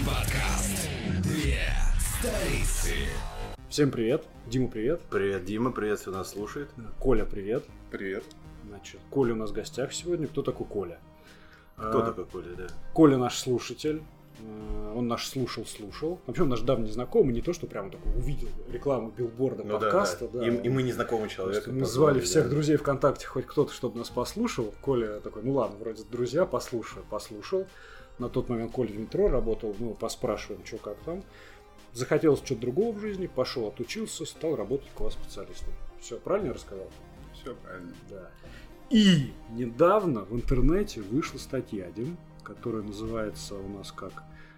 Подкаст «Две столицы». Всем привет. Дима, привет. Привет, Дима, привет, кто нас слушает. Коля, привет. Привет. Значит, Коля у нас в гостях сегодня. Кто такой Коля? Кто такой Коля, да? Коля наш слушатель. Он наш слушал. Вообще он наш давний знакомый, не то, что прямо такой увидел рекламу билборда, подкаста. Да. И мы незнакомый человек. Мы звали всех друзей ВКонтакте, хоть кто-то, чтобы нас послушал. Коля такой, ну ладно, вроде друзья, послушал. На тот момент Коля в метро работал, поспрашиваем, что как там. Захотелось что-то другого в жизни, пошел, отучился, стал работать класс-специалистом. Все, правильно я рассказал? Все правильно. Да. И недавно в интернете вышла статья, Дим, которая называется у нас как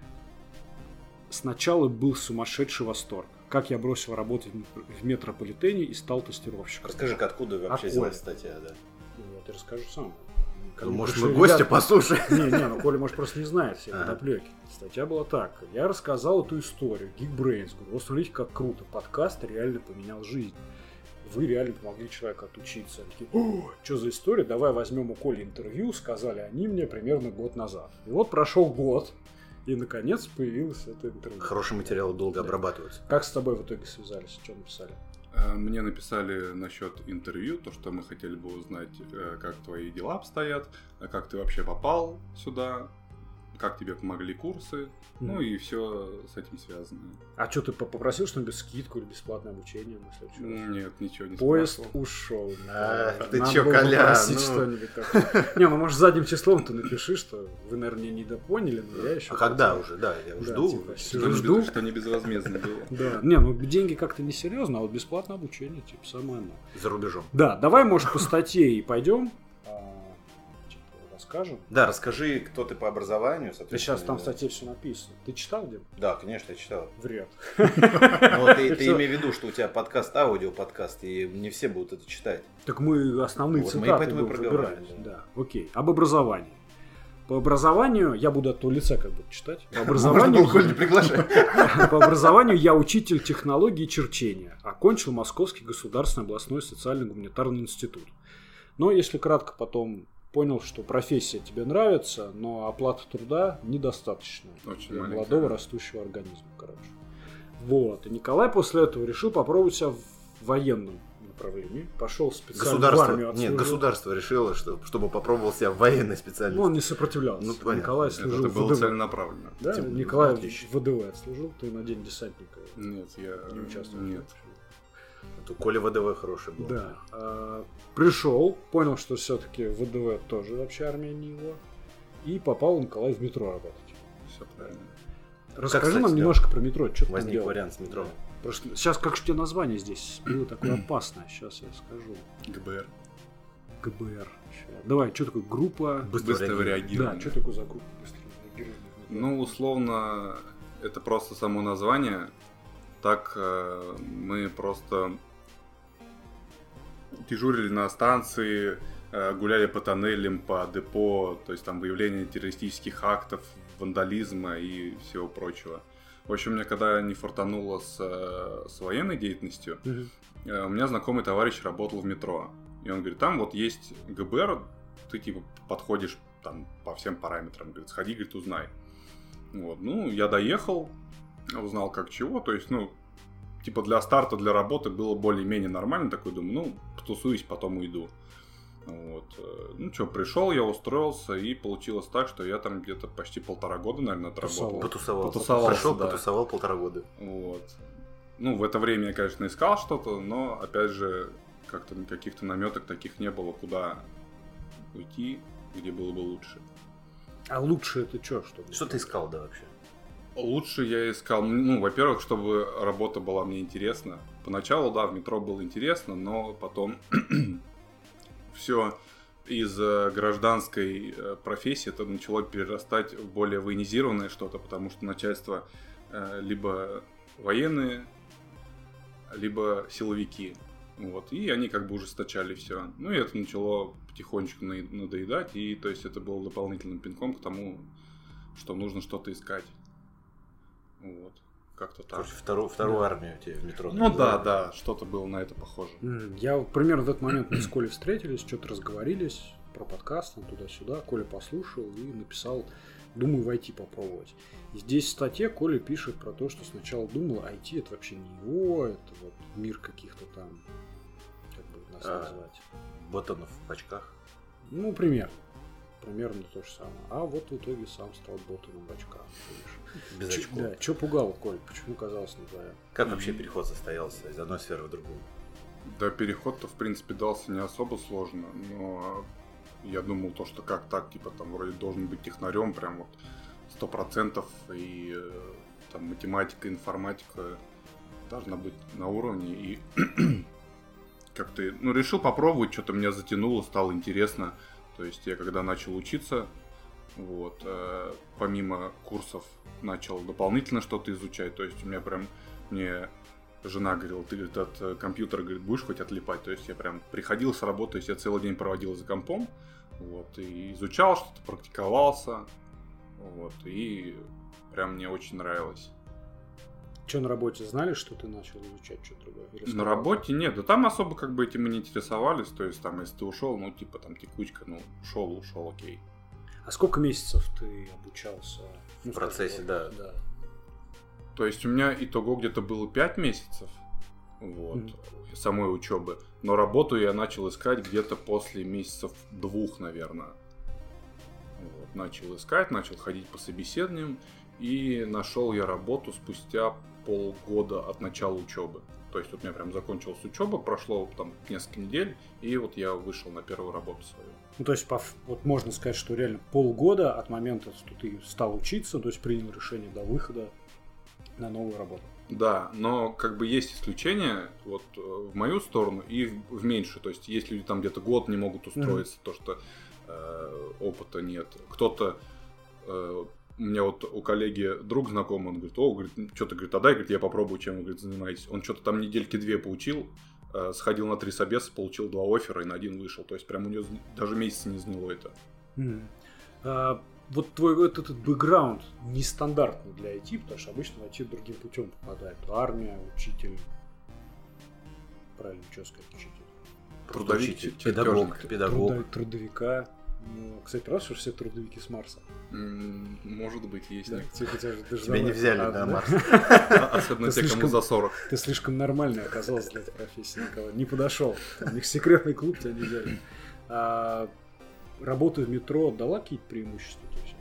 «Сначала был сумасшедший восторг. Как я бросил работать в метрополитене и стал тестировщиком». Расскажи-ка, откуда вообще взялась статья, да? Я тебе расскажу сам. Может, мы гостя послушаем? Не, Коля, может, просто не знает все подоплеки. Статья была так. Я рассказал эту историю, Geekbrains. Говорю, вот смотрите, как круто. Подкаст реально поменял жизнь. Вы реально помогли человеку отучиться. Они такие, что за история? Давай возьмем у Коли интервью. Сказали они мне примерно год назад. И вот прошел год. И, наконец, появилось это интервью. Хорошие материалы долго обрабатываются. Как с тобой в итоге связались? Что написали? Мне написали насчет интервью, то, что мы хотели бы узнать, как твои дела обстоят, как ты вообще попал сюда, как тебе помогли курсы, ну и все с этим связано. А что, ты попросил что-нибудь скидку или бесплатное обучение? Нет, ничего не Поезд спрашивал. ушел. Ты Надо чё, было Коля? попросить что-нибудь такое. Не, может, задним числом ты напиши, что вы, наверное, не недопоняли, но я еще... А когда уже? Да, я жду. Жду. Что не безвозмездно было. Да. Не, деньги как-то не серьезно, а вот бесплатное обучение, самое оно. За рубежом. Да, давай, может, по статье и пойдем. Расскажем. Да, расскажи, кто ты по образованию. Да сейчас там в статье все написано. Ты читал, Дим? Да, конечно, я читал. Вряд. Ты имей в виду, что у тебя подкаст, аудиоподкаст, и не все будут это читать. Так мы основные Вот, цитаты поэтому и проговариваем. Да, окей. Об образовании. По образованию, я буду от лица как бы читать. По образованию я учитель технологии черчения. Окончил Московский государственный областной социально-гуманитарный институт. Но если кратко, потом понял, что профессия тебе нравится, но оплата труда недостаточно для молодого растущего организма, Вот. И Николай после этого решил попробовать себя в военном направлении. Пошел специально в армию. Нет, государство решило, чтобы попробовал себя в военной специальности. Он не сопротивлялся. Николай служил это было целенаправленно. Да? Николай в ВДВ отслужил, ты на день десантника. Нет, я не участвовал. Нет. Коля ВДВ хороший был. Да. Пришел, понял, что все-таки ВДВ тоже вообще армия не его. И попал Николай в метро работать. Все правильно. Расскажи нам немножко про метро. Что возник вариант с метро. Просто сейчас как же у тебя название здесь было такое опасное. Сейчас я скажу. ГБР. Давай, что такое группа быстрого реагирования? Да, что такое за группа быстрого реагирования? Ну, условно, это просто само название. Так мы просто дежурили на станции, гуляли по тоннелям, по депо, то есть там выявление террористических актов, вандализма и всего прочего. В общем, мне когда не фартануло с военной деятельностью, у меня знакомый товарищ работал в метро. И он говорит, там вот есть ГБР, ты типа подходишь там по всем параметрам, говорит, сходи, говорит, узнай. Вот, ну, я доехал, узнал как чего, то есть, типа для старта, для работы было более-менее нормально, такой думаю, потусуюсь, потом уйду. Вот. Ну что, пришел, я устроился, и получилось так, что я там где-то почти 1,5 года, наверное, отработал. Потусовался. Пришел, да. Потусовал 1,5 года. Вот. В это время я, конечно, искал что-то, но, опять же, как-то каких-то наметок таких не было, куда уйти, где было бы лучше. А лучше это что? Что ты искал, да, вообще? Лучше я искал, во-первых, чтобы работа была мне интересна. Поначалу, да, в метро было интересно, но потом все из гражданской профессии это начало перерастать в более военизированное что-то, потому что начальство либо военные, либо силовики. Вот, и они как бы ужесточали все. И это начало потихонечку надоедать, и то есть это было дополнительным пинком к тому, что нужно что-то искать. Вот, как-то так. Вторую армию тебе в метро. Да, что-то было на это похоже. Я примерно в этот момент мы с Колей встретились, что-то разговорились про подкаст, туда-сюда. Коля послушал и написал думаю в IT попробовать. И здесь в статье Коля пишет про то, что сначала думал, IT это вообще не его, это вот мир каких-то там, как бы нас назвать. Ботанов в очках. Ну, примерно то же самое. А вот в итоге сам стал ботаном в очках. Без очков. Да, что пугало, Коль? Почему казалось не твоя? Как вообще переход состоялся из одной сферы в другую? Да, переход-то, в принципе, дался не особо сложно, но я думал то, что как так, типа, там, вроде должен быть технарем, прям вот 100%, и там математика, информатика должна быть на уровне, и как-то, ну, решил попробовать, что-то меня затянуло, стало интересно, то есть я когда начал учиться, вот, помимо курсов начал дополнительно что-то изучать, то есть у меня прям, мне жена говорила, ты этот компьютер, говорит, будешь хоть отлипать, то есть я прям приходил с работы, то есть я целый день проводил за компом, вот, и изучал что-то, практиковался, вот, и прям мне очень нравилось. Что на работе знали, что ты начал изучать что-то другое? На работе нет, да там особо как бы этим и не интересовались, то есть там, если ты ушел, ну, типа там текучка, ну, ушел, окей. А сколько месяцев ты обучался? В процессе, да. То есть у меня итого где-то было 5 месяцев, вот, самой учебы, но работу я начал искать где-то после месяцев 2, наверное. Вот, начал искать, начал ходить по собеседованиям, и нашел я работу спустя полгода от начала учебы. То есть вот у меня прям закончилась учеба, прошло там несколько недель, и вот я вышел на первую работу свою. Ну, то есть, вот можно сказать, что реально полгода от момента, что ты стал учиться, то есть принял решение до выхода на новую работу. Да, но как бы есть исключения вот в мою сторону и в меньшую. То есть есть люди там где-то год не могут устроиться, то что опыта нет. Кто-то, у меня вот у коллеги друг знакомый, он говорит, говорит, что-то, говорит, дай, говорит, я попробую, чем вы, говорит, занимаетесь. Он что-то там недельки 2 поучил, сходил на 3 собеса, получил 2 оффера и на 1 вышел. То есть прям у него даже месяца не заняло это. Вот твой вот этот бэкграунд нестандартный для IT, потому что обычно в IT другим путем попадает. Армия, учитель. Правильно, что сказать, учитель? Трудовик, педагог. Трудовика. Ну, кстати, раз уж все трудовики с Марса. Может быть, есть. Да, тебя не взяли на Марс. Особенно те, кому за 40. Ты слишком нормальный оказался для этой профессии, Николай. Не подошел. У них секретный клуб, тебя не взяли. Работа в метро дала какие-то преимущества?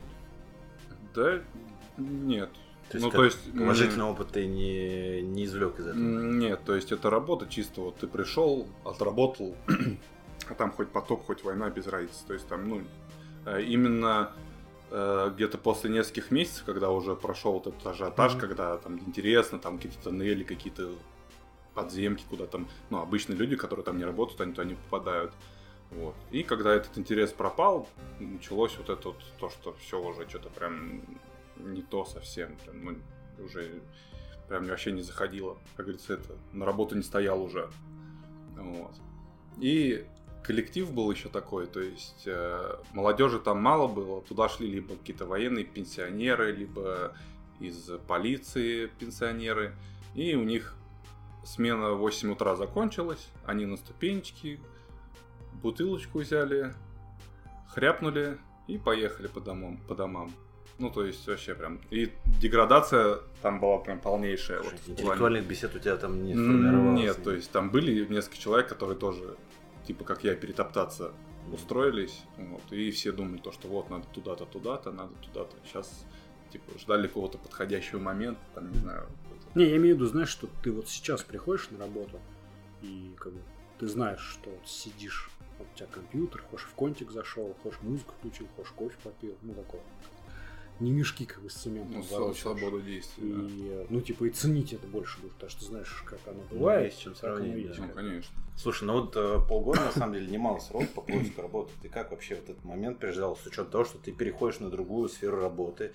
Да, нет. То есть положительный опыт ты не извлек из этого? Нет, то есть это работа чисто, вот ты пришел, отработал, а там хоть потоп, хоть война, без разницы. То есть там, ну, именно где-то после нескольких месяцев, когда уже прошел вот этот ажиотаж, когда там интересно, там какие-то тоннели, какие-то подземки, куда там, ну, обычные люди, которые там не работают, они туда не попадают. Вот. И когда этот интерес пропал, началось вот это вот, то, что все уже что-то прям не то совсем, прям, ну, уже прям вообще не заходило. Как говорится, это на работу не стоял уже. Вот. И коллектив был еще такой, то есть молодежи там мало было, туда шли либо какие-то военные пенсионеры, либо из полиции пенсионеры, и у них смена в 8 утра закончилась, они на ступенечки, бутылочку взяли, хряпнули и поехали по домам. Ну, то есть, вообще прям... И деградация там была прям полнейшая. Вот, интеллектуальных бесед у тебя там не сформировалось? Нет, то есть, там были несколько человек, которые тоже, типа, как я, перетоптаться устроились. Вот, и все думали, то, что вот, надо туда-то, туда-то, надо туда-то. Сейчас, типа, ждали какого-то подходящего момента, там, не знаю. Не, я имею в виду, знаешь, что ты вот сейчас приходишь на работу, и как бы ты знаешь, что вот сидишь, вот у тебя компьютер, хочешь в контик зашел, хочешь музыку включил, хочешь кофе попил, ну такое. Не мешки как бы с цементом. Ну, свободу действий, да. Ну, типа, и ценить это больше будешь, потому что ты знаешь, как оно бывает. Есть чем сравнить. Ну, конечно. Слушай, ну вот полгода, на самом деле, немало срок по поиску работы. Ты как вообще вот этот момент переждал, с учетом того, что ты переходишь на другую сферу работы?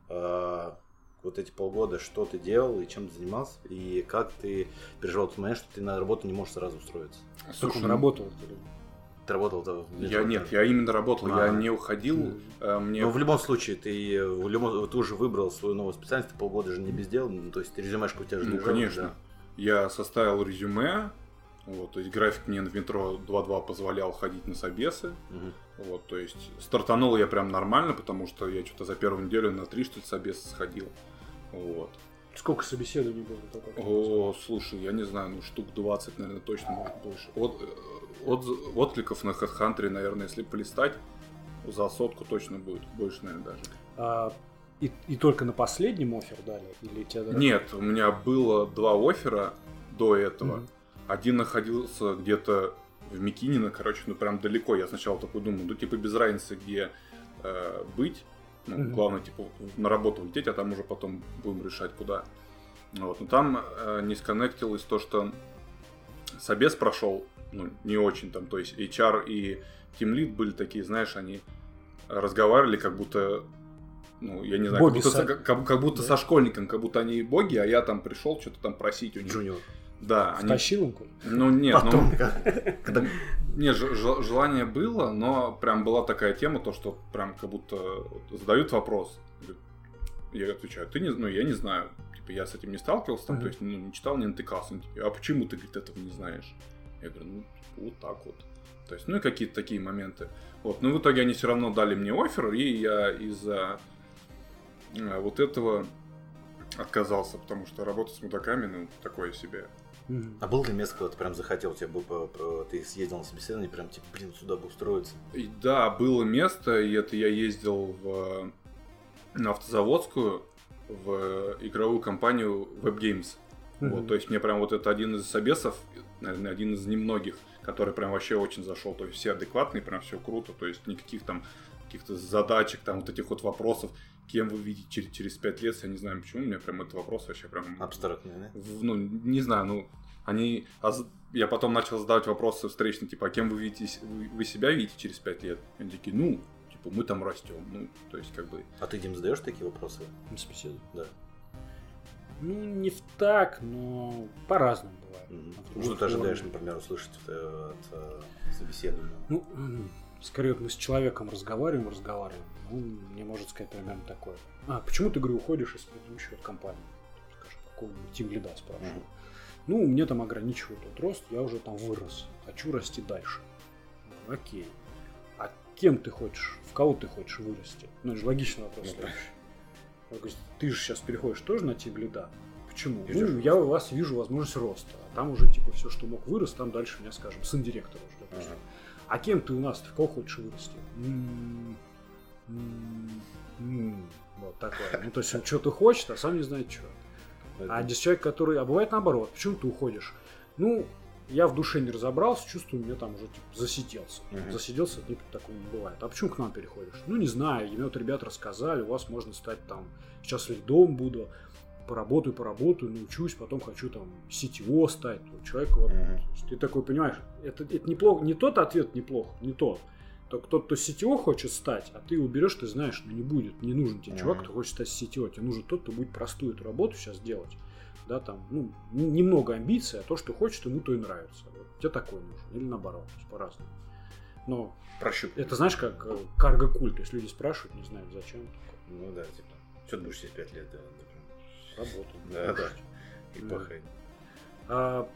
Вот эти полгода, что ты делал и чем ты занимался? И как ты переживал тот момент, что ты на работу не можешь сразу устроиться? Сколько он работал? Ты работал я именно работал, я не уходил. Но в любом случае, ты уже выбрал свою новую специальность, ты полгода же не без дела, то есть резюмешка у тебя же лежала. Конечно. Да? Я составил резюме, Вот, то есть график мне в метро 2.2 позволял ходить на собесы. Вот, то есть стартанул я прям нормально, потому что я что-то за первую неделю на 3 что ли собесы сходил. Вот. Сколько собеседований было только? О, слушай, я не знаю, ну штук 20, наверное, точно, может больше. Откликов на HeadHunter, наверное, если полистать, за 100 точно будет. Больше, наверное, даже. И только на последнем оффер дали? Или тебя дали? Нет, у меня было 2 оффера до этого. Один находился где-то в Микинино, короче, ну прям далеко. Я сначала такой думаю, ну типа без разницы, где быть. Ну, главное, типа, на работу улететь, а там уже потом будем решать, куда. Вот. Но там не сконнектилось то, что собес прошел, ну, не очень там, то есть HR и Team Lead были такие, знаешь, они разговаривали, как будто, ну, я не знаю, боги как будто со школьником, как будто они боги, а я там пришел что-то там просить у них. Джуниор. Да. Втащил им? Ну, нет, Потом, Нет, желание было, но прям была такая тема, то, что прям как будто задают вопрос. Я отвечаю, я не знаю. Типа, я с этим не сталкивался, там, то есть, не читал, не натыкался. Типа, а почему ты, говорит, этого не знаешь? Я говорю, ну, вот так вот. То есть, ну и какие-то такие моменты. Вот, но в итоге они все равно дали мне оффер, и я из-за вот этого отказался, потому что работа с мудаками, ну, такое себе. А был ли место, когда ты прям захотел, ты съездил на собеседование, прям типа, сюда бы устроиться? И, да, было место, и это я ездил на Автозаводскую, в игровую компанию WebGames. Вот, то есть мне прям вот это один из собесов, наверное, один из немногих, который прям вообще очень зашел. То есть все адекватные, прям все круто, то есть никаких там каких-то задачек, там вот этих вот вопросов, кем вы видите через 5 лет, я не знаю почему, у меня прям этот вопрос вообще прям... Абстрактный, да? Ну, не знаю, ну, я потом начал задавать вопросы встречные, типа, а кем вы видите, вы себя видите через 5 лет? Они такие, ну, типа, мы там растем, ну, то есть, как бы... А ты, Дим, задаешь такие вопросы? На собеседовании? Да. Ну, не так, но по-разному бывает. Что ты ожидаешь, например, услышать от собеседования? Ну, скорее вот мы с человеком разговариваем, он мне может сказать примерно такое. Почему ты, говорю, уходишь из предыдущей вот компании? Скажем, какого-нибудь тимлида спрашиваю. Ну, мне там ограничивают тот рост, я уже там вырос, хочу расти дальше. Окей. А кем ты хочешь, в кого ты хочешь вырасти? Ну, это же логичный вопрос следующий. Ты же сейчас переходишь тоже на тимлида. Почему? Ну, я у вас вижу возможность роста. А там уже, типа, все, что мог вырасти, там дальше меня, скажем, сын директора уже, допустим. А кем ты у нас, в кого хочешь вырасти? Вот такое. Ну, то есть он что-то хочет, а сам не знает, что. А здесь человек, который... А бывает наоборот. Почему ты уходишь? Ну, я в душе не разобрался, чувствую, меня там уже типа, засиделся. Засиделся, никак такого не бывает. А почему к нам переходишь? Ну, не знаю. Мне вот ребята рассказали, у вас можно стать там... Сейчас лидом буду, поработаю, научусь, потом хочу там CTO стать. Человек вот... Ты такой, понимаешь, это неплохо. Не тот ответ неплохо, не тот. Только тот, кто CTO хочет стать, а ты его берешь, ты знаешь, ну не будет, не нужен тебе чувак, кто хочет стать CTO, тебе нужен тот, кто будет простую эту работу сейчас делать. Да, там, ну, немного амбиций, а то, что хочет, ему то и нравится. Вот, тебе такой нужен. Или наоборот, то есть по-разному. Но это знаешь, как карго-культ, то есть люди спрашивают, не знаю, зачем. Ну да, типа, что ты будешь через 5 лет делать? Работу. Да. И пахать. А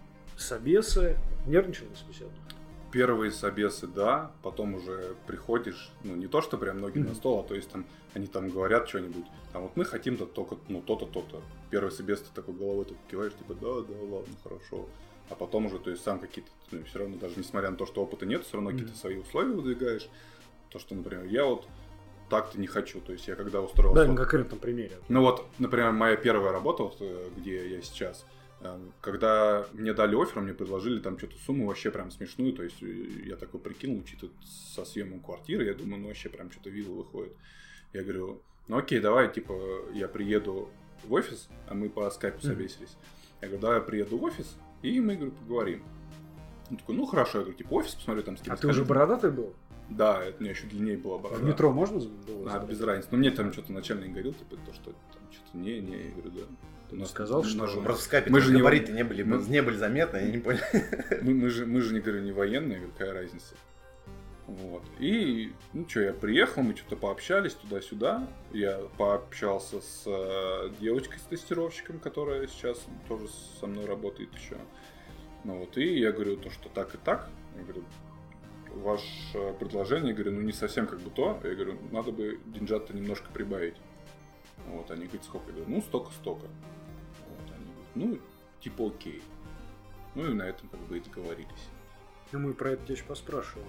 собесы, нервничал на собеседовании? Первые собесы, да, потом уже приходишь, ну, не то, что прям ноги на стол, а то есть там, они там говорят что-нибудь, там, вот мы хотим-то только, ну, то-то, то-то. Первый собес ты такой головой так киваешь, типа, да, ладно, хорошо. А потом уже, то есть сам какие-то, ну, все равно, даже несмотря на то, что опыта нет, все равно какие-то свои условия выдвигаешь. То, что, например, я вот так-то не хочу, то есть я когда устроился... Да, на конкретном примере. Ну вот, например, моя первая работа, вот, где я сейчас... Когда мне дали оффер, мне предложили там что-то сумму вообще прям смешную, то есть я такой прикинул, учитывая со съемом квартиры, я думаю, ну вообще прям что-то вилла выходит. Я говорю, ну окей, давай, типа, я приеду в офис, а мы по скайпу собесились. Я говорю, давай я приеду в офис, и мы, говорю, поговорим. Он такой, ну хорошо, я говорю, типа, офис посмотрю, там с кем-то. А ты уже бородатый был? Да, это у меня еще длиннее была борода. В метро можно было? Без разницы. Но мне там что-то начальник говорил, типа, то, что там что-то я говорю, да. Ты сказал, что... Просто в скайпе мы же габариты не были заметны, я не понял. Мы же, не говорю, не военные, какая разница. Вот. И, ну что, я приехал, мы что-то пообщались туда-сюда. Я пообщался с девочкой, с тестировщиком, которая сейчас тоже со мной работает еще. Ну вот, и я говорю, то, что так и так. Я говорю, ваше предложение, говорю, ну не совсем как бы то. Я говорю, надо бы деньжат-то немножко прибавить. Вот, они говорят, сколько? Я говорю, ну, столько-столько. Вот, они говорят, ну, типа окей. Ну и на этом как бы и договорились. Ну, мы про это тебя еще поспрашивали.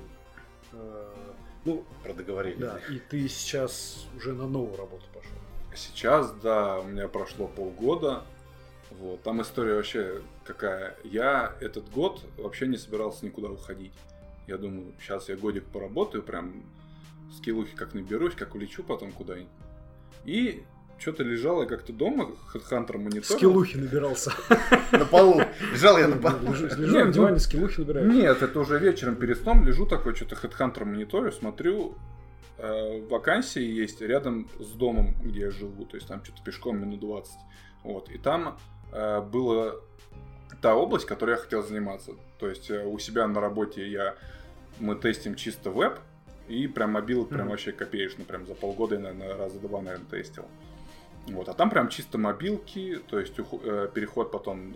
Про договорились. Да, и ты сейчас уже на новую работу пошел. Сейчас, да, у меня прошло полгода. Вот, там история вообще какая. Я этот год вообще не собирался никуда уходить. Я думаю, сейчас я годик поработаю, прям скиллухи как наберусь, как улечу потом куда-нибудь. И что-то лежал я как-то дома, HeadHunter мониторил. Скиллухи набирался. На полу. Лежал я на полу. Лежу на диване, скиллухи набираю. Нет, это уже вечером перед сном лежу такой, что-то HeadHunter мониторю, смотрю, вакансии есть рядом с домом, где я живу, то есть там что-то пешком минут 20. Вот, и там была та область, которой я хотел заниматься. То есть у себя на работе мы тестим чисто веб, и прям мобилок прям вообще копеечно, прям за полгода я, наверное, раза два, наверное, тестил. Вот, а там прям чисто мобилки, то есть переход потом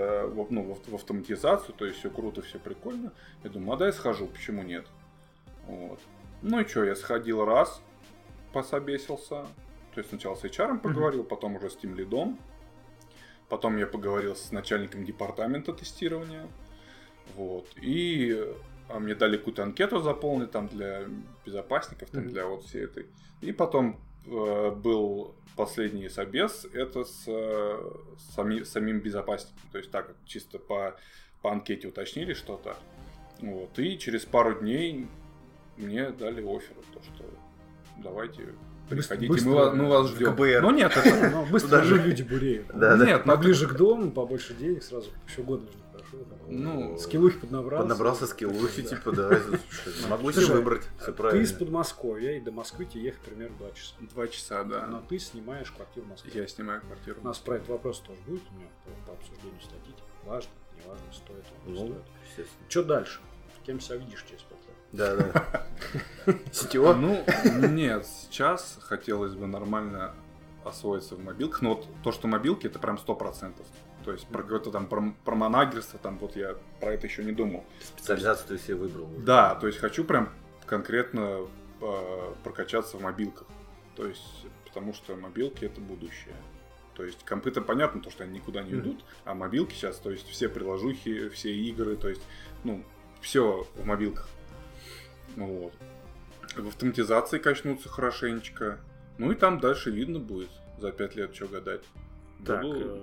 в автоматизацию, то есть все круто, все прикольно. Я думаю, а дай схожу, почему нет? Вот. Ну и что, я сходил раз, пособесился, то есть сначала с HR поговорил, потом уже с тимлидом, потом я поговорил с начальником департамента тестирования, вот, и мне дали какую-то анкету заполнить там для безопасников, там, для вот всей этой, и потом был последний собес, это с самим безопасником, то есть так чисто по анкете уточнили что-то, вот, и через пару дней мне дали оффер, то что давайте приходите, мы вас ждем. КБР. Ну нет, это... Быстро же люди буреют. Нет, Поближе к дому, побольше денег, сразу еще год нужно прошло. Ну, скиллухи поднабрался. Поднабрался скиллухи, типа, да. Могу себе выбрать, все Ты правильно. из Подмосковья, и до Москвы тебе ехать примерно 2 часа. 2 часа, да. Но ты снимаешь квартиру в Москве. Я снимаю квартиру. У нас про этот вопрос тоже будет у меня по обсуждению статьи. Важно, не важно, стоит, не Ну, стоит. естественно. Что дальше? Кем себя видишь через 5 лет? Да. Сетево? Ну, нет, сейчас хотелось бы нормально освоиться в мобилках. Но вот то, что мобилки, это прям 100%. То есть про какое-то там про манагерство, там вот я про это еще не думал. Специализацию ты себе выбрал. Да, то есть хочу прям конкретно прокачаться в мобилках. То есть, потому что мобилки это будущее. То есть компы-то понятно, то, что они никуда не уйдут, а мобилки сейчас, то есть все приложухи, все игры, то есть, ну, все в мобилках. Вот. В автоматизации качнуться хорошенечко. Ну и там дальше видно будет за 5 лет, что гадать. Так, Буду-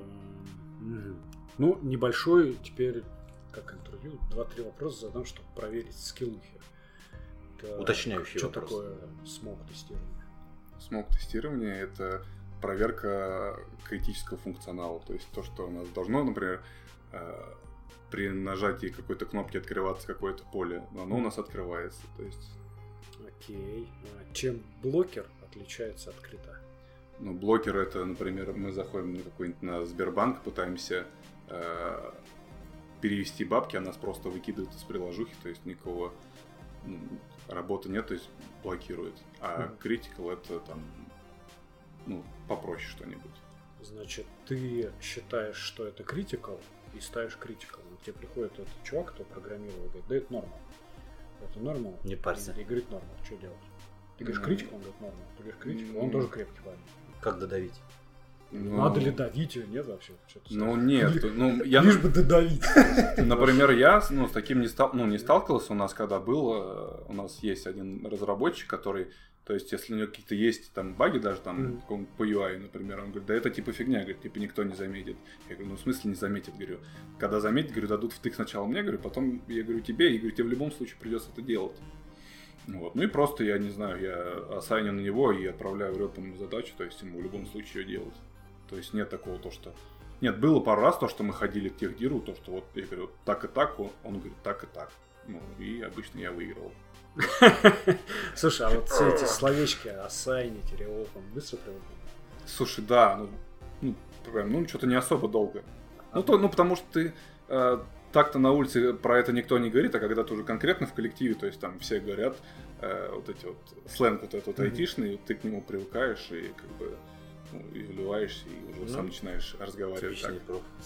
ну, небольшой теперь, как интервью, 2-3 вопроса задам, чтобы проверить скиллухи. Это Уточняющий что вопрос. такое смог тестирование? Смог тестирования — это проверка критического функционала. То есть то, что у нас должно, например, при нажатии какой-то кнопки открываться какое-то поле, но оно у нас открывается. То есть, Окей. Чем блокер отличается от крита? ну, блокер — это, например, мы заходим на какой-нибудь на Сбербанк, пытаемся перевести бабки, а нас просто выкидывают из приложухи, то есть никакого работы нет, то есть блокирует. А critical — это там, ну, попроще что-нибудь. Значит, ты считаешь, что это critical, и ставишь critical. И тебе приходит этот чувак, кто программировал, и говорит, да это нормал. Это нормал. Не парься. И говорит нормал. Что делать? Ты говоришь Ну, critical, он говорит нормал. Ты говоришь critical, он тоже крепкий парень. Как додавить? Ну, Надо ли давить или нет вообще? Что-то Ну, нет. Ну, я, Лишь бы додавить. например, я с таким не сталкивался. У нас когда был, у нас есть один разработчик, который, то есть, если у него какие-то есть там баги, даже там по UI, например, он говорит, да это типа фигня, говорит, типа никто не заметит. Я говорю, ну в смысле не заметит, говорю. Когда заметит, говорю, дадут втык сначала мне, говорю, потом я говорю тебе, и говорю, тебе в любом случае придется это делать. Вот. Ну и просто, я не знаю, я ассайню на него и отправляю в рэп ему задачу, то есть ему в любом случае ее делать. То есть нет такого, то что... Нет, было пару раз то, что мы ходили к техдиру, то, что вот я говорю, так и так, он говорит, так и так. Ну, и обычно я выиграл. Слушай, а вот все эти словечки ассайнить, реопен, быстро привыкли? Слушай, да, прям, что-то не особо долго. Потому что ты так-то на улице про это никто не говорит, а когда ты уже конкретно в коллективе, то есть там все говорят вот эти вот сленг вот этот айтишный, ты к нему привыкаешь и как бы и вливаешься, и уже сам начинаешь разговаривать так. Типичный проф-сленг.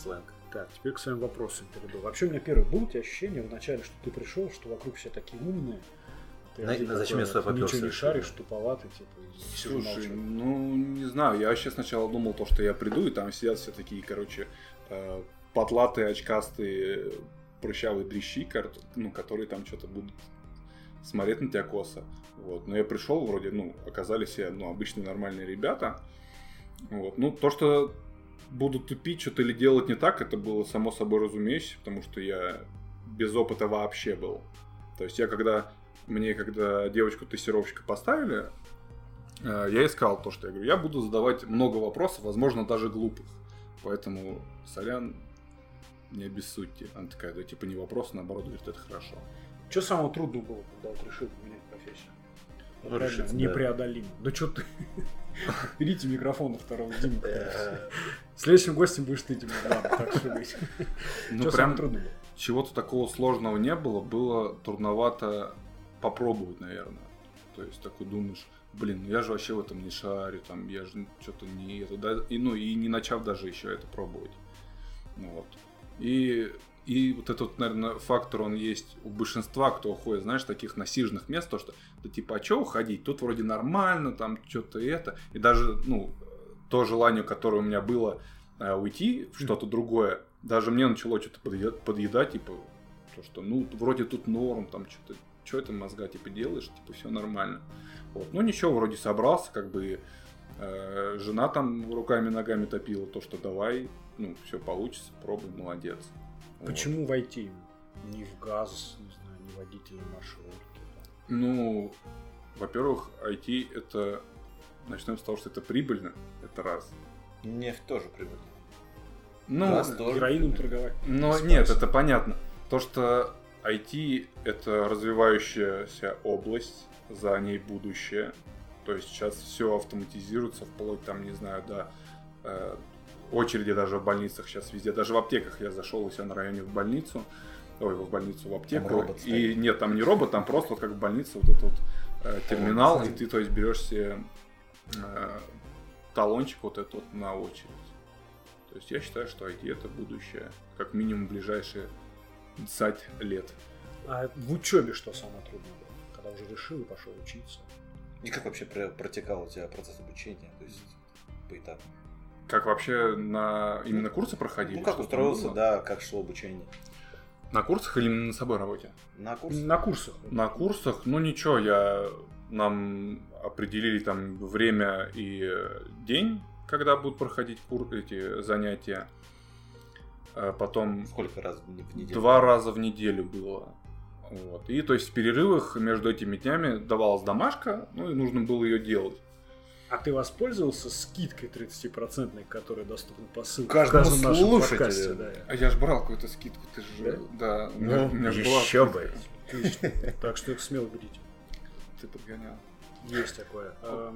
Так, теперь к своим вопросам перейду. Вообще у меня первое было у тебя ощущение вначале, что ты пришел, что вокруг все такие умные. Ты Зачем я сюда попёрся? Ничего не шаришь, туповатый, типа, и сижу Слушай, молчу. ну, не знаю, я вообще сначала думал, то, что я приду, и там сидят все такие, короче, потлатые, очкастые, прыщавые дрищи, которые там что-то будут смотреть на тебя косо. Вот. Но я пришел, вроде, оказались все, обычные нормальные ребята. Вот. Ну, то, что будут тупить что-то или делать не так, это было само собой разумеющееся, потому что я без опыта вообще был. То есть когда девочку-тестировщика поставили, я ей сказал то, что я говорю, я буду задавать много вопросов, возможно, даже глупых. Поэтому, сорян, не обессудьте. Она такая, да типа не вопрос, наоборот, говорит, это хорошо. Что самого трудного было, когда вот решил поменять профессию? Ну, решиться, непреодолимо. Да что ты? Берите микрофон на второго Диму. Следующим гостем будешь ты, Дима. Ладно, так что быть. Что самое трудное было? Чего-то такого сложного не было. Было трудновато попробовать, наверное. То есть такой думаешь, блин, я же вообще в этом не шарю, там, я же что-то не это, да, и не начав даже еще это пробовать. Вот. И вот этот, наверное, фактор, он есть у большинства, кто уходит, знаешь, таких насиженных мест, то, что, да типа, а что уходить? Тут вроде нормально, там, что-то это. И даже, то желание, которое у меня было уйти в что-то другое, даже мне начало что-то подъедать, типа, то, что, вроде тут норм, там, что это мозга, типа, делаешь, типа, все нормально. Вот. Ну, ничего, вроде собрался, как бы, жена там руками-ногами топила, то, что давай, все получится, пробуй, молодец. Почему войти? Не в газ, не знаю, не водителем маршрутки? Ну, во-первых, IT это... Начнем с того, что это прибыльно, это раз. Нефть тоже прибыльно. Героином торговать. Но нет, это понятно. То, что IT это развивающаяся область, за ней будущее. То есть сейчас все автоматизируется, вплоть там, не знаю, до очереди даже в больницах сейчас везде. Даже в аптеках я зашел у себя на районе в больницу. В аптеку. И нет, там не робот, там просто как в больнице вот этот терминал, и ты, то есть, берешь себе талончик вот этот вот на очередь. То есть я считаю, что IT это будущее, как минимум ближайшие 20 лет. А в учебе что самое трудное было? Когда уже решил и пошел учиться? И как вообще протекал у тебя процесс обучения? То есть поэтапно? Как вообще именно курсы проходили? Ну как устроился, да, как шло обучение? На курсах или на собой работе? На курсах. На курсах. На курсах, ничего, нам определили там время и день, когда будут проходить эти занятия. Потом сколько раз в неделю? 2 раза в неделю было. Вот. И то есть в перерывах между этими днями давалась домашка, и нужно было ее делать. А ты воспользовался скидкой 30%, которая доступна по ссылке? Каждому нашем слушателю. подкасте, да. А я же брал какую-то скидку, ты же... Да, у меня же была еще скидка. бы. Отлично. Так что смело берите. Ты подгонял. Есть такое.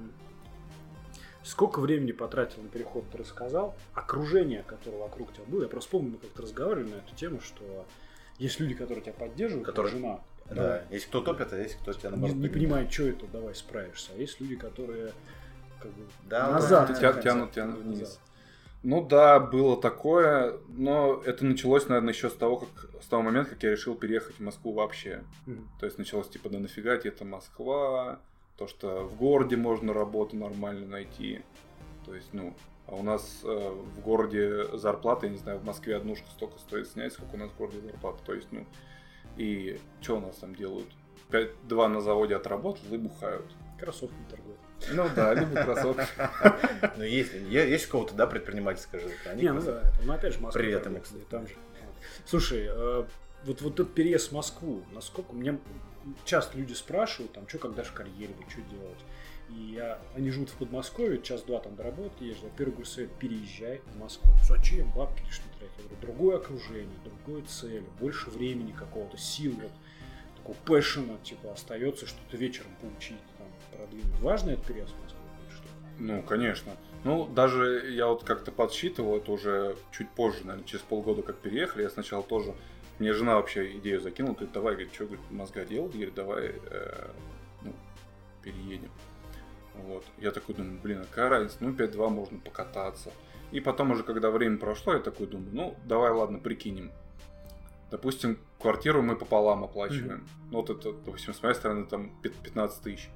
Сколько времени потратил на переход, ты рассказал. Окружение, которое вокруг тебя было. Я просто помню, мы как-то разговаривали на эту тему, что есть люди, которые тебя поддерживают, как жена. Да, есть кто топит, а есть кто тебя наоборот не понимает, что это, давай справишься. А есть люди, которые как бы да, назад тянут вниз. Ну да, было такое, но это началось, наверное, еще с того момента, как я решил переехать в Москву вообще. То есть началось типа, да нафига тебе это Москва, то, что в городе можно работу нормально найти. То есть, а у нас в городе зарплата, я не знаю, в Москве однушка столько стоит снять, сколько у нас в городе зарплата. То есть, и что у нас там делают? 5-2 на заводе отработал и бухают. Кроссовки торгуют. Ну да, любят кроссовки. Ну есть у кого-то, да, предпринимательская жизнь. Не, да. Ну опять же Москва. Привет, ему, кстати. Там же. Слушай, вот этот переезд в Москву, насколько мне часто люди спрашивают, там, что когда же в карьере, что делать. И они живут в Подмосковье, час-два там до работы езжу. Во-первых, говорю, Свет, переезжай в Москву. Зачем? Бабки лишние тратить. Я говорю, другое окружение, другое цель, больше времени какого-то, сил, вот, такого пэшена, типа, остается что-то вечером поучить, там, продвинуть. Важно это переезд в Москву? Ну, конечно. Даже я вот как-то подсчитывал, это уже чуть позже, наверное, через полгода как переехали, я сначала тоже, мне жена вообще идею закинула, говорит, давай, говорит, что, говорит, мозга делать, говорит, давай, переедем. Вот. Я такой думаю, блин, а какая разница? Ну, 5-2 можно покататься. И потом уже, когда время прошло, я такой думаю, ну, давай, ладно, прикинем. Допустим, квартиру мы пополам оплачиваем. Ну, вот это, допустим, с моей стороны, там 15 тысяч.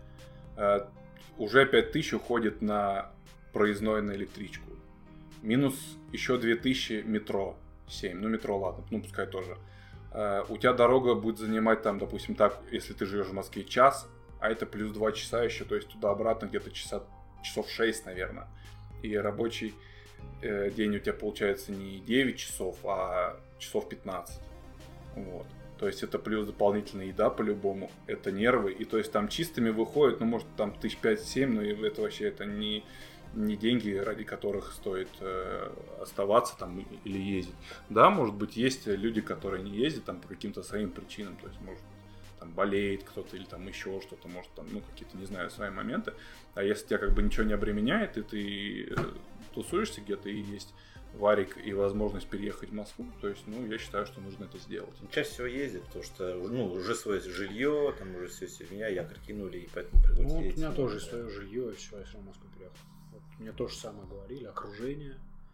Уже 5 тысяч уходит на проездной на электричку. Минус еще 2 тысячи метро. 7. Ну, метро, ладно, ну, пускай тоже. У тебя дорога будет занимать там, допустим, так, если ты живешь в Москве, час, а это плюс 2 часа еще, то есть туда-обратно где-то часов 6, наверное. И рабочий день у тебя получается не 9 часов, а часов 15. Вот. То есть это плюс дополнительная еда по-любому, это нервы. И то есть там чистыми выходит, ну, может, там 5-7, но это вообще это не деньги, ради которых стоит оставаться там или ездить. Да, может быть, есть люди, которые не ездят там по каким-то своим причинам, то есть, может, там болеет кто-то или там еще что-то, может, там, ну, какие-то, не знаю, свои моменты. А если тебя как бы ничего не обременяет, и ты тусуешься где-то, и есть варик и возможность переехать в Москву, то есть, ну, я считаю, что нужно это сделать. Чаще всего ездит, потому что, ну, уже свое жилье, там уже все меня якорь кинули, и поэтому приходится Ну, вот у ездить. меня тоже свое жилье, и все, я в Москву приехал. Вот мне тоже самое говорили, окружение.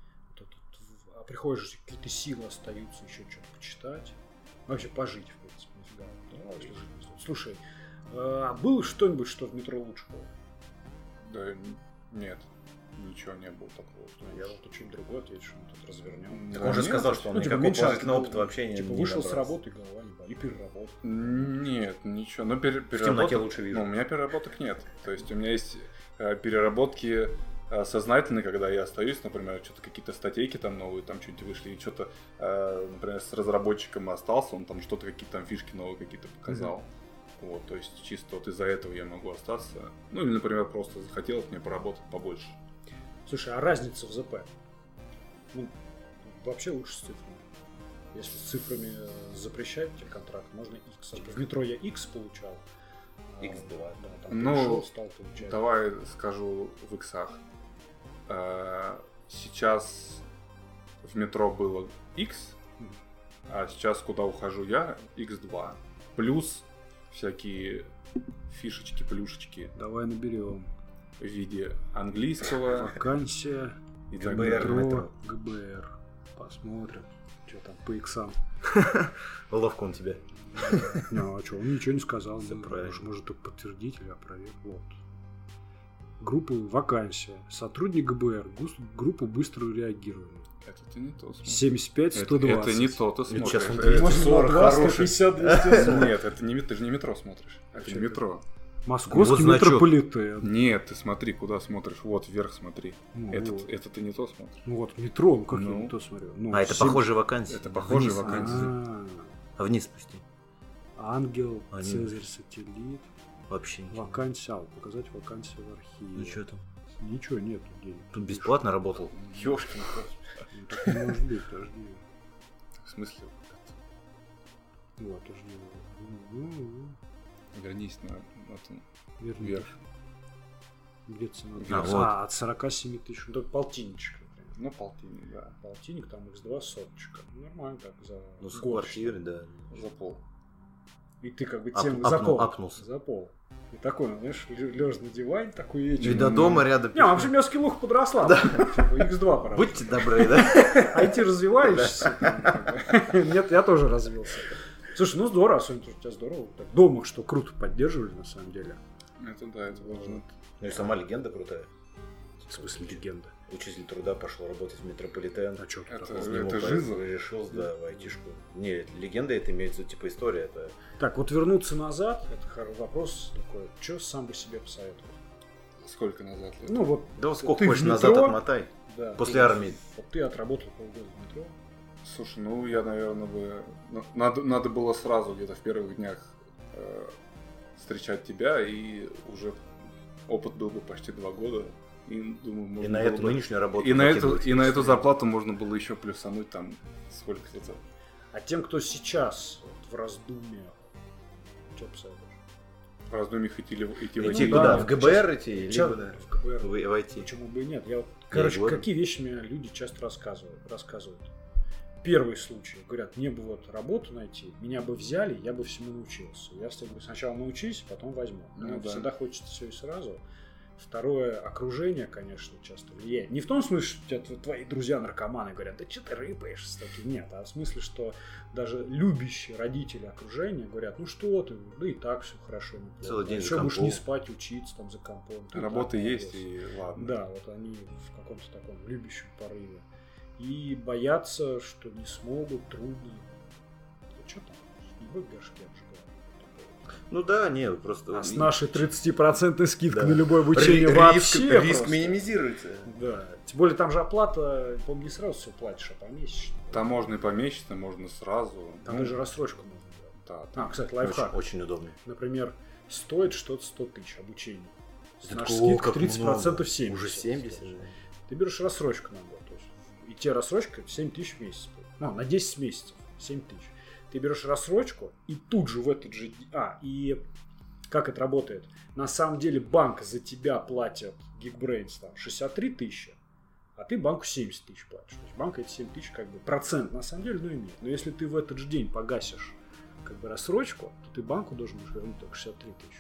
А приходишь, какие-то силы остаются еще что-то почитать. Вообще пожить, в принципе, нифига. Да, если жить не стоит. Слушай, а было что-нибудь, что в метро лучше было? Да, нет, ничего не было такого. Я вот что-нибудь другое отвечу, мы тут развернем. Так он же сказал, что он Ну, типа, никакого меньше положительного опыта, опыта вообще не Типа вышел с набрался. работы, голова не болит, и переработка. Нет, ничего. Но В темноте лучше вижу. Ну, у меня переработок нет. То есть у меня есть переработки сознательные, когда я остаюсь, например, что-то какие-то статейки там новые, там что-нибудь вышли, и что-то, например, с разработчиком остался, он там что-то, какие-то там фишки новые какие-то показал. Вот, то есть чисто вот из-за этого я могу остаться. Ну, или, например, просто захотелось мне поработать побольше. Слушай, а разница в ЗП? Ну, вообще лучше с цифрами. Если с цифрами запрещать тебе контракт, можно X. В метро я X получал. X2. Да, там Ну, пришел, стал получать. Давай скажу в иксах. Сейчас в метро было X, а сейчас, куда ухожу я, X2. Плюс всякие фишечки, плюшечки Давай наберем. в виде английского. Вакансия, И так ГБР. далее. метро, ГБР. Посмотрим, что там по иксам. Ловко он тебя. Ну, а что, он ничего не сказал. Всё правильно. Может только подтвердить или опровергнуть. Вот. Группа вакансия. Сотрудник ГБР. Группа быстрого реагирования. Это ты не то смотришь. 75-120. Это не то ты смотришь. сейчас он Это- Может, 40 хороших. 150-240. Нет, это не, ты же не метро смотришь. Это не чё метро. Московский Вот значок. метрополитен. Нет, ты смотри, куда смотришь. Вот, вверх смотри. Ну, Это, вот. это ты не то смотришь. Ну вот, метро, ну как я Ну. не то смотрю. Ну, А, это 7 похожие вакансии. Это похожие Вниз. вакансии. А вниз спусти. Ангел, Они- Цезарь, сателлит, Вообще ничего. вакансия, показать вакансию в архиве. Ну что там? Ничего нет денег. Тут бесплатно работал. Ёшкин кот. Ну, так не может быть, подожди. В смысле? Вот, подожди. Ну, Вернись на ту верни. вверх. Где цена? А, вот. От 47 тысяч. Ну, только полтинничек, например. Ну, полтинник, да. Полтинник, там x2 соточка. Нормально так за Ну, с год. квартиры, да. За пол. И ты как бы Ап- тем апнул- за пол. апнулся. За пол. И такой, ну, знаешь, лежа на диване, такой вечер. И до дома рядом. Не, вообще у меня скиллуха подросла. Типа, x2 пора. Будьте добры, да? IT развиваешься. там, как бы. Нет, я тоже развился. Слушай, ну здорово, особенно у тебя здорово. Так, дома что круто поддерживали на самом деле. Это да, это важно. Ну и сама легенда крутая. В смысле легенда. Учитель труда пошел работать в метрополитен. А что Это- С ним жиза? решил, да, в айтишку. Не, легенда это имеется, типа история. Это Так, вот вернуться назад, это вопрос такой. Что сам бы себе посоветовал? Сколько назад лет? Ну вот, да сколько ты в хочешь назад метро, отмотай. да, После ты- армии. Вот ты отработал полгода в метро. Слушай, ну я, наверное, бы... Надо было сразу где-то в первых днях встречать тебя, и уже опыт был бы почти 2 года. И, думаю, И можно на было эту бы- нынешнюю работу. И на закидывать. эту зарплату можно было еще плюсануть там сколько-то. А тем, кто сейчас вот, в раздумье, что посоветуешь? В раздумьях идти в Идти IT. куда? да, В ГБР идти? Ча- Либо, да, в КБР. в IT. Почему бы и нет? Я вот, короче, говорю. какие вещи мне люди часто рассказывают. Первый случай. Говорят, мне бы вот работу найти, меня бы взяли, я бы всему научился. Я говорю, сначала научись, потом возьму. Ну Мне да. всегда хочется все и сразу. Второе, окружение, конечно, часто влияет. Не в том смысле, что тебя твои друзья-наркоманы говорят, да что ты рыпаешься таки. Нет, а в смысле, что даже любящие родители окружения говорят, ну что ты, да и так все хорошо, неплохо. Целый день еще за будешь компом. не спать, учиться там за компом. Ты Работа так есть, молодец. и ладно. Да, вот они в каком-то таком любящем порыве. И боятся, что не смогут, трудно. Да что там, не будет горшки обжигать. Ну да, нет, просто... А с нашей 30% скидкой Да. на любое обучение вообще Риск просто. минимизируется. Да. Тем более там же оплата, по-моему, не сразу все платишь, а помесячно. Там можно и помесячно, можно сразу. Там Ну, даже рассрочку можно делать. да, А, кстати, лайфхак. Очень удобно. Например, стоит что-то 100 тысяч обучение. Ты Наша такой, скидка как 30% много. 70. Уже 70. Ты берешь рассрочку на год. То есть, и тебе рассрочка 7 тысяч в месяц. Ну, на 10 месяцев 7 тысяч. Ты берешь рассрочку, и тут же в этот же... и как это работает? На самом деле банк за тебя платит Geekbrains там 63 тысячи, а ты банку 70 тысяч платишь. То есть банк эти 7 тысяч как бы процент на самом деле, имеет. Но если ты в этот же день погасишь как бы рассрочку, то ты банку должен будешь вернуть только 63 тысячи.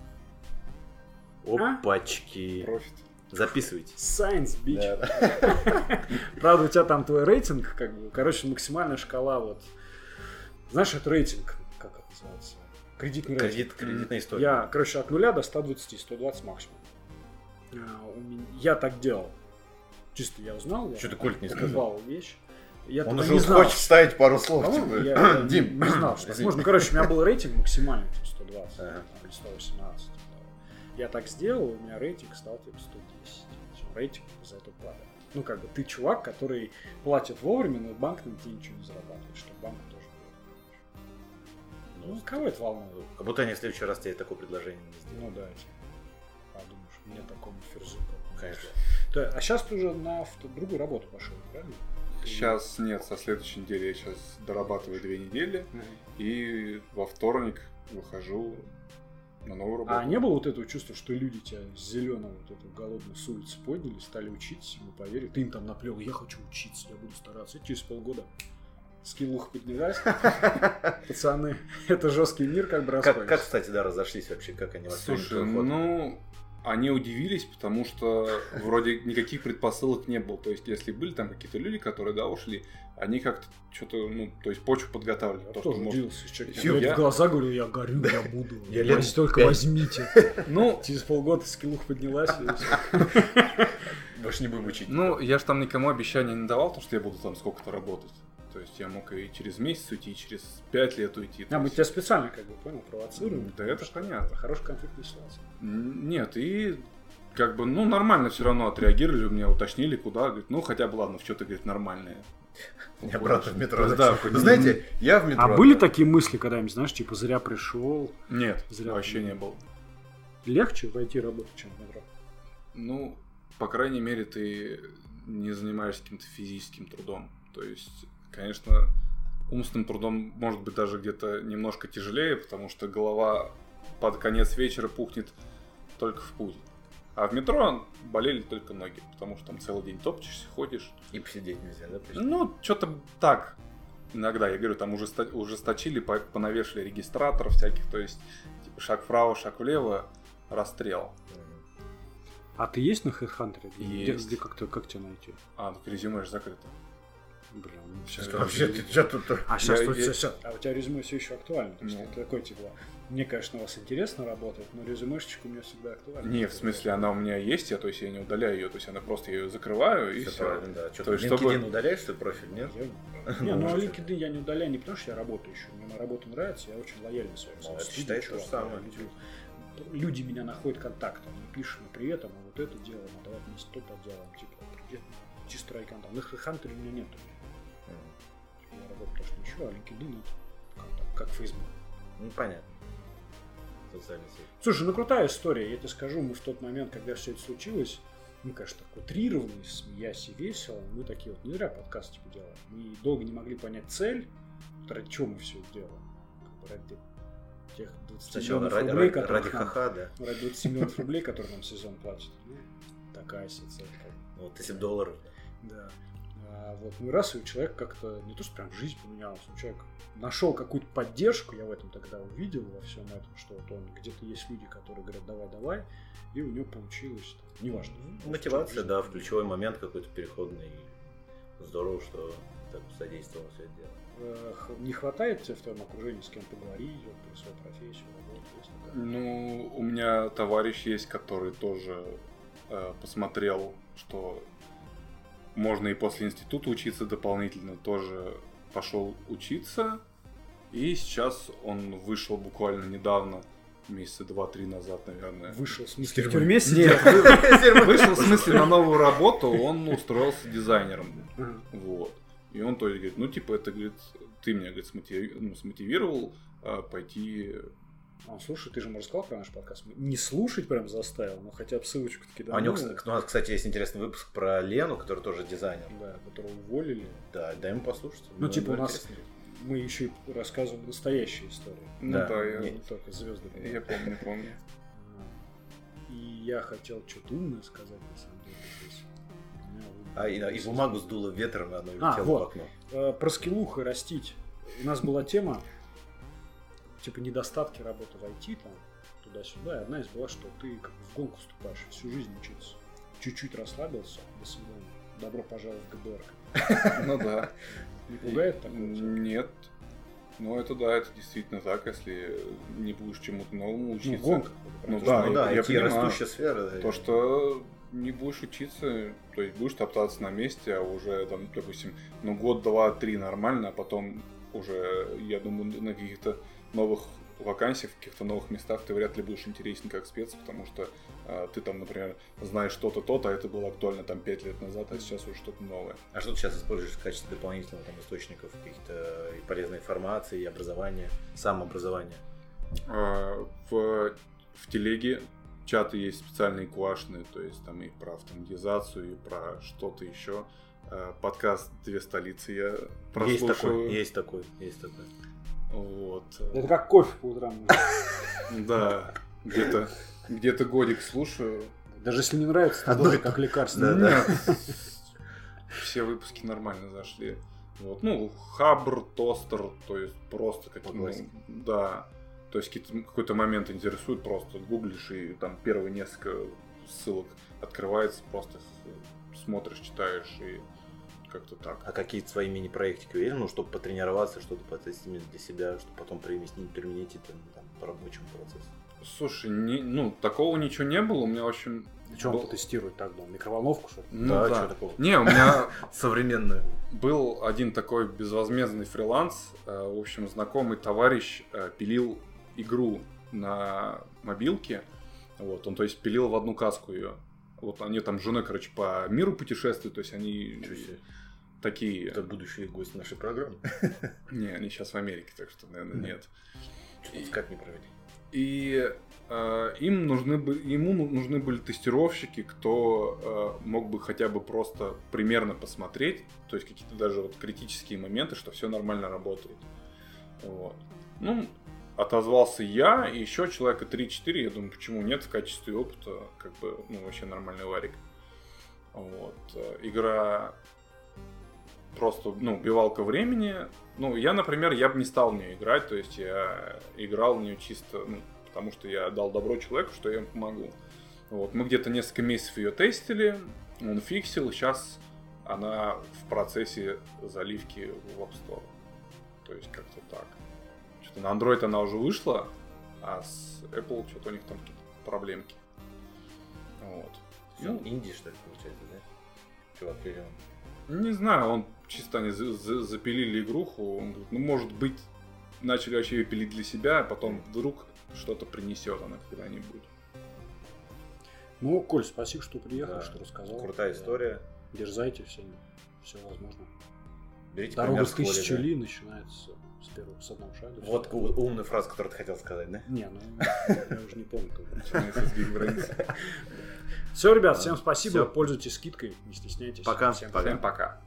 Опачки. профит. Записывайте. Science, bitch. Правда, у тебя там твой рейтинг, как бы, короче, максимальная шкала, вот. Знаешь, это рейтинг, как это называется? Кредитный рейтинг. Кредитная история. Я, короче, от 0 до 120, 120 максимум. Я так делал. Чисто я узнал. Я Что-то Кольт не сказал. покупал вещь. Я Он тогда уже не знал. хочет вставить пару слов. По-моему, Типа. я Дим. не знал, что извини. можно. Короче, у меня был рейтинг максимальный, типа 120 Ага. или 118. Я так сделал, у меня рейтинг стал типа 110. Рейтинг за это платят. Ну, как бы ты чувак, который платит вовремя, но банк на тебе ничего не зарабатывает, чтобы банк тоже было. Ну, кого это волнует? Как будто они в следующий раз тебе такое предложение не сделают. Ну да, типа, подумаешь, мне такому ферзу. Конечно. А сейчас ты уже на другую работу пошел, правильно? Сейчас нет, со следующей недели я сейчас дорабатываю 2 недели, и во вторник выхожу на новую работу. А не было вот этого чувства, что люди тебя с зеленого вот этого голодного с улицы подняли, стали учиться, ему поверили, ты им там наплел, я хочу учиться, я буду стараться. И через полгода скиллуха поднялась. Пацаны, это жесткий мир, как бы расходится. Как, кстати, да, разошлись вообще, как они восприняли Слушай, твой ход? ну, они удивились, потому что вроде никаких предпосылок не было. То есть, если были там какие-то люди, которые, да, ушли, они как-то что-то, ну, то есть, почву подготавливали. Я То, тоже что может- удивился. Человек Я- я в глаза говорю, я горю, я буду. Я лет Если только 5. возьмите. Ну, Через полгода скиллуха поднялась. И всё. Больше не будем учить. ну, я же там никому обещания не давал, то, что я буду там сколько-то работать. То есть, я мог и через месяц уйти, и через 5 лет уйти. То Мы есть- тебя специально, как бы, понял, провоцируем. Да это понятно. Хорошая конфликтная ситуация. Нет, и как бы, ну, нормально все равно отреагировали, у меня уточнили, куда, говорит, ну, хотя бы, ладно, в что-то, говорит, нормальное. Не обратно в метро. Да, зачем? хоть Вы не- знаете, я в метро. А были такие мысли когда-нибудь, знаешь, типа, зря пришел? Нет, Зря вообще не было. Легче войти работать, чем в метро? Ну, по крайней мере, ты не занимаешься каким-то физическим трудом. То есть, конечно, умственным трудом может быть даже где-то немножко тяжелее, потому что голова под конец вечера пухнет только в путь. А в метро болели только ноги, потому что там целый день топчешься, ходишь. И посидеть нельзя, да? почти? Ну, что-то так. Иногда, я говорю, там ужесточили, понавешали регистраторов всяких, то есть типа, шаг вправо, шаг влево, расстрел. А ты есть на HeadHunter? Есть. Где как тебя найти? А, так резюме же закрыто. Блин, Сейчас Вообще, ты что тут... А сейчас Я- а у тебя резюме все еще актуально. То есть Ну. ты такой, типа, мне, конечно, у вас интересно работает, но резюмешечка у меня всегда актуальна. Не, в смысле, она у меня есть, то есть я не удаляю ее, то есть она просто я ее закрываю и Всё все. правильно, да. Что То ты есть, LinkedIn чтобы- удаляешь свой профиль, нет? Не, ну а Можете. LinkedIn я не удаляю не потому, что я работаю еще. Мне моя работа нравится, я очень лояльный своим Ну, это студии, считается то же чувак, самое. Люди меня находят контактом, они пишут, ну привет, а мы вот это делаем, а давай вместе то поделаем, типа, чисто ради контакта. На HeadHunter у меня нет. Я работаю тоже ничего, а LinkedIn это контакт, как Facebook. Ну, понятно. Социальные сети. Слушай, ну крутая история, я тебе скажу, мы в тот момент, когда все это случилось, мы, конечно, так утрированно, смеясь и весело, мы такие вот, не зря подкаст типа делаем, мы долго не могли понять цель, ради чего мы все это делаем, как бы ради тех 20 Сначала миллионов ради, рублей, ради которых нам, ха-ха, да. ради 20 миллионов рублей, которые нам сезон платит, ну, такая себе цель, как бы. Вот, $1000. Да. Вот, ну и раз, и у человека как-то не то, что прям жизнь поменялась, у человека нашел какую-то поддержку, я в этом тогда увидел, во всем этом, что вот он где-то есть люди, которые говорят, давай, и у него получилось, там, неважно. Мотивация, да, в ключевой момент какой-то переходный. Здорово, что так содействовало все это дело. Не хватает тебе в твоем окружении с кем поговорить, вот, про свою профессию, работу, если такая? Ну, у меня товарищ есть, который тоже посмотрел, что можно и после института учиться дополнительно, тоже пошел учиться. И сейчас он вышел буквально недавно, месяца 2-3 назад, наверное. Вышел, в смысле, в тюрьме сидел? Нет, вышел, в смысле, на новую работу, он устроился дизайнером. Вот. И он то есть говорит, ну, типа, это, говорит, ты меня, говорит, смотивировал пойти... Слушай, ты же мне рассказал про наш подкаст. Не слушать прям заставил, но хотя бы ссылочку таки дал. У нас, кстати, есть интересный выпуск про Лену, которая тоже дизайнер. Да, которого уволили. Да, дай ему послушать. Ну, типа, у нас... Мы еще и рассказываем настоящие истории. Ну да, я... Не только звезды. Я помню. И я хотел что-то умное сказать, на самом деле. И бумагу сдуло ветром, и оно летело в окно. Про скиллуху растить. У нас была тема, типа, недостатки работы в IT, там, туда-сюда. И одна из была, что ты как бы в гонку вступаешь, всю жизнь учиться. Чуть-чуть расслабился, до свидания. Добро пожаловать в ГБР. Ну да. Не пугает такое? Нет. Ну это да, это действительно так, если не будешь чему-то новому учиться. Ну, гонка. Ну Да, я IT понимаю. растущая сфера. То, что не будешь учиться, то есть будешь топтаться на месте, а уже там, допустим, год, 2, 3 нормально, а потом уже, я думаю, на каких-то новых вакансиях, в каких-то новых местах ты вряд ли будешь интересен как спец, потому что ты там, например, знаешь что-то, то-то, а это было актуально там 5 лет назад, а сейчас уже что-то новое. А что ты сейчас используешь в качестве дополнительного там, источников каких-то полезной информации, и образования, самообразования? В телеге чаты есть специальные куашные, то есть там и про автоматизацию, и про что-то еще. Подкаст «Две столицы» я прослушиваю. Есть такой. Вот. Это как кофе по утрам. Да, где-то годик слушаю. Даже если не нравится, то тоже как лекарство. Нет, все выпуски нормально зашли. Вот. Ну, Хабр, Тостер, то есть просто какие-то... Да. То есть какой-то момент интересует, просто гуглишь, и там первые несколько ссылок открывается, просто смотришь, читаешь, и как-то так. А какие-то свои мини-проектики уверен, ну, чтобы потренироваться, что-то потестить для себя, чтобы потом применить это там, по рабочему процессу? Слушай, такого ничего не было, у меня, в общем... Что он тестирует так, да? Микроволновку, что ли? Ну, да, да. что такого? Не, у меня... Современную. Был один такой безвозмездный фриланс, в общем, знакомый товарищ пилил игру на мобилке, вот, он, то есть, пилил в одну каску ее. Вот они там с женой, короче, по миру путешествуют, то есть они такие... Это будущий гость нашей программы. Не, они сейчас в Америке, так что, наверное, нет. Как не провели? И ему нужны были тестировщики, кто мог бы хотя бы просто примерно посмотреть, то есть какие-то даже вот критические моменты, что все нормально работает. Вот. Ну, отозвался я и еще человека 3-4, я думаю, почему нет, в качестве опыта, как бы, вообще нормальный варик. Вот. Игра просто, убивалка времени. Я, например, я бы не стал в нее играть, то есть я играл в нее чисто, потому что я дал добро человеку, что я ему помогу. Вот. Мы где-то несколько месяцев ее тестили, он фиксил, сейчас она в процессе заливки в App Store. То есть как-то так. Что-то на Android она уже вышла, а с Apple что-то у них там какие-то проблемки. Вот. Инди, что ли, получается, да? Чувак пилил. Не знаю, он чисто они запилили игруху, он говорит, может быть, начали вообще ее пилить для себя, а потом вдруг что-то принесет она когда-нибудь. Коль, спасибо, что приехал, что рассказал. Крутая история. Дерзайте всем, все возможно. Берите дорога в 1000 ли начинается с одного шага. Вот умная фраза, которую ты хотел сказать, да? Не, я уже не помню. Начинается с Geekbrains. Все, ребят, всем спасибо, пользуйтесь скидкой, не стесняйтесь. Пока. Всем пока.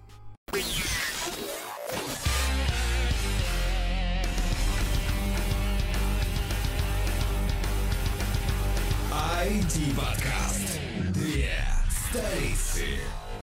IT-подкаст. Две столицы.